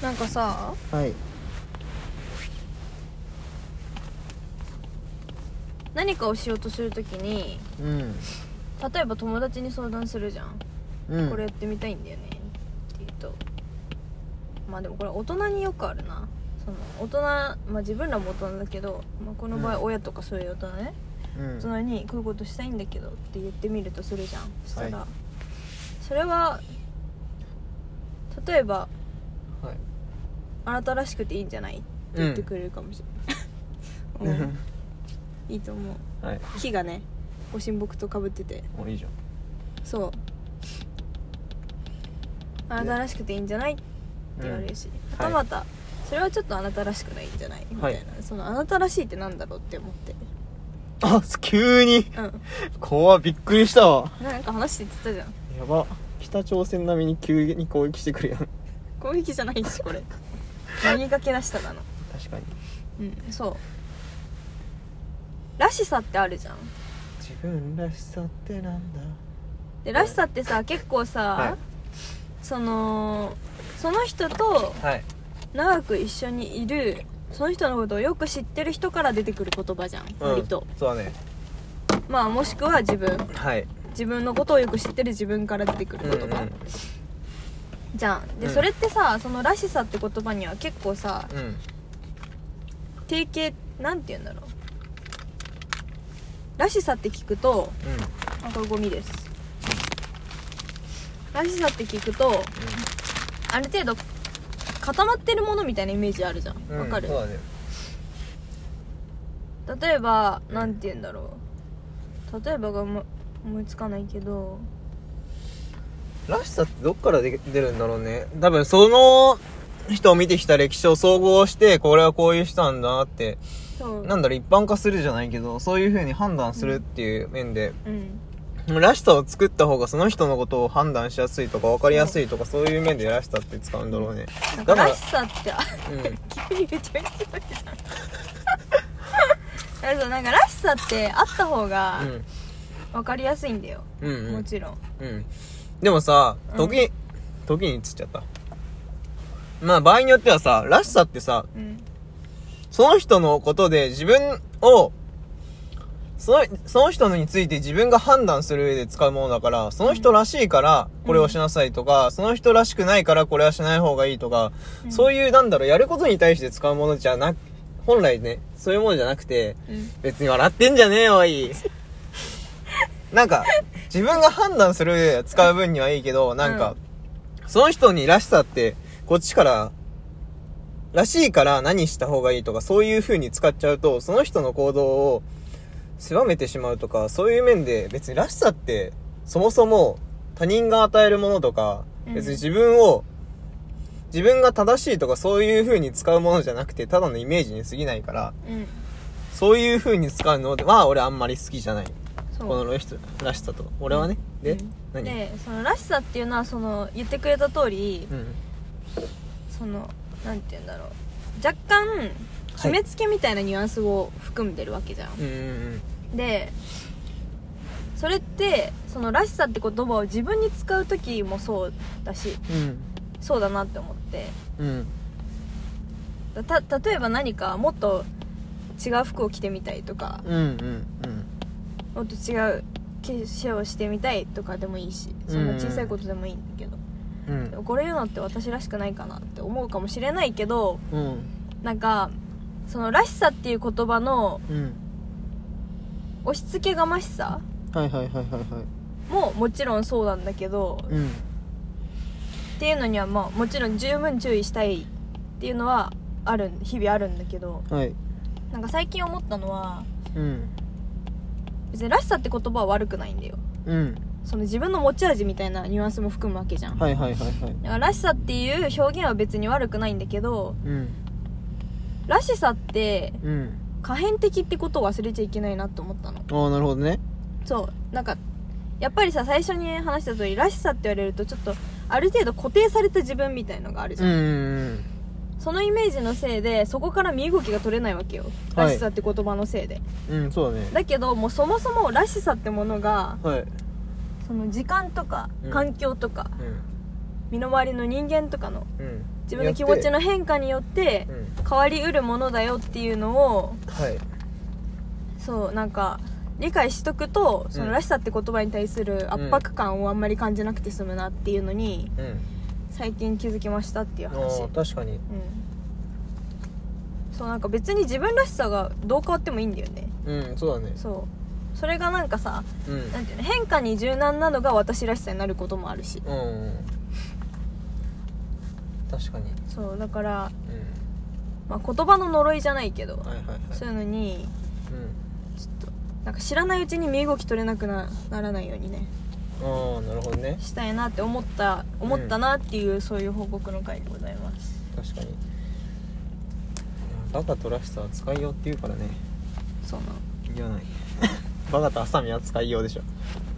なんかさ、 はい。 何かをしようとするときに、 うん。 例えば友達に相談するじゃん、 うん。 これやってみたいんだよねって言うと、まあでもこれ大人によくあるな。その大人、まあ自分らも大人だけど、まあ、この場合親とかそういう大人ね、大人にこういうことしたいんだけどって言ってみるとするじゃん。そしたら、はい、それは例えば、はい、あなたらしくていいんじゃないって言ってくれるかもしれない、いいと思う、はい、木がねご神木と被ってて、 いいじゃん。 そう、あなたらしくていいんじゃないって言われるし、はたまた、はい、それはちょっとあなたらしくないんじゃないみたいな、はい、そのあなたらしいってなんだろうって思って。 あ、急に、怖っ、びっくりしたわ。 なんか話して言ってたじゃん。 やば、北朝鮮並みに急に攻撃してくるやん。 攻撃じゃないしこれ何かけ出しただの。 確かに、そう、らしさってあるじゃん。 自分らしさってなんだ。 でらしさってさ、結構さ、はい、その人と長く一緒にいる、その人のことをよく知ってる人から出てくる言葉じゃん、割と。 そうだね。 まあもしくは自分、 はい、 自分のことをよく知ってる自分から出てくる言葉、じゃん。で、それってさ、そのらしさって言葉には結構さ、定型、なんて言うんだろう、らしさって聞くと、あ、これゴミです。らしさって聞くと、ある程度固まってるものみたいなイメージあるじゃん。わかる？ そうだね。 例えば、なんて言うんだろう、例えばが思いつかないけど、 らしさってどっから出るんだろうね。多分その人を見てきた歴史を総合して、これはこういう人なんだなって、なんだろう、一般化するじゃないけど、そういう風に判断するっていう面で、らしさを作った方がその人のことを判断しやすいとか分かりやすいとか、そういう面でらしさって使うんだろうね。 だかららしさって、急にめちゃめちゃ言うじゃんなんからしさってあった方が分かりやすいんだよ、もちろん。 でもさ、時につっちゃった。まあ場合によってはさ、らしさってさ、その人のことで自分を、その人について自分が判断する上で使うものだから、その人らしいからこれをしなさいとか、その人らしくないからこれはしない方がいいとか、そういうなんだろう、やることに対して使うものじゃなく、本来ね、そういうものじゃなくて、別に笑ってんじゃねえよ、おい。なんか、自分が判断する上で使う分にはいいけど、なんか、その人にらしさって、こっちから、らしいから何した方がいいとか、そういう風に使っちゃうと、その人の行動を狭めてしまうとか、そういう面で別にらしさって、そもそも他人が与えるものとか、別に自分が正しいとかそういう風に使うものじゃなくて、ただのイメージに過ぎないから、そういう風に使うのは俺あんまり好きじゃない。このらしさと俺はね、で、何で、そのらしさっていうのは、その言ってくれた通り、そのなんて言うんだろう、若干決めつけみたいなニュアンスを含んでるわけじゃん、で、それってそのらしさって言葉を自分に使う時もそうだし、そうだなって思って、例えば何かもっと違う服を着てみたいとか、もっと違う化粧をしてみたいとかでもいいし、そんな小さいことでもいいんだけど、でもこれ言うのって私らしくないかなって思うかもしれないけど、なんかそのらしさっていう言葉の押し付けがましさももちろんそうなんだけど、っていうのにはまあもちろん十分注意したいっていうのは日々あるんだけど、なんか最近思ったのは、別にらしさって言葉は悪くないんだよ、その自分の持ち味みたいなニュアンスも含むわけじゃん。だかららしさっていう表現は別に悪くないんだけど、らしさって、可変的ってことを忘れちゃいけないなと思ったの。 ああ、なるほどね。 そう、なんかやっぱりさ、最初に話した通り、らしさって言われるとちょっとある程度固定された自分みたいのがあるじゃん、そのイメージのせいでそこから身動きが取れないわけよ、らしさって言葉のせいで。 そうだね。 だけどもうそもそもらしさってものが、その時間とか環境とか身の回りの人間とかのうん自分の気持ちの変化によって変わりうるものだよっていうのを、 はい、 そうなんか理解しとくと、そのらしさって言葉に対する圧迫感をあんまり感じなくて済むなっていうのに、最近気づきましたっていう話。 確かに、 そうなんか別に自分らしさがどう変わってもいいんだよね。 そうだね。 それがなんかさ、なんていうの、変化に柔軟なのが私らしさになることもあるし、 確かに。 そうだから、まあ、言葉の呪いじゃないけど、そういうのに、ちょっとなんか知らないうちに身動き取れなくならないようにね、 なるほどね、 したいなって思ったなっていう、そういう報告の回でございます。 確かに。バカとらしさは使いようって言うからね。 そうなの。 言わないバカとハサミは使いようでしょ。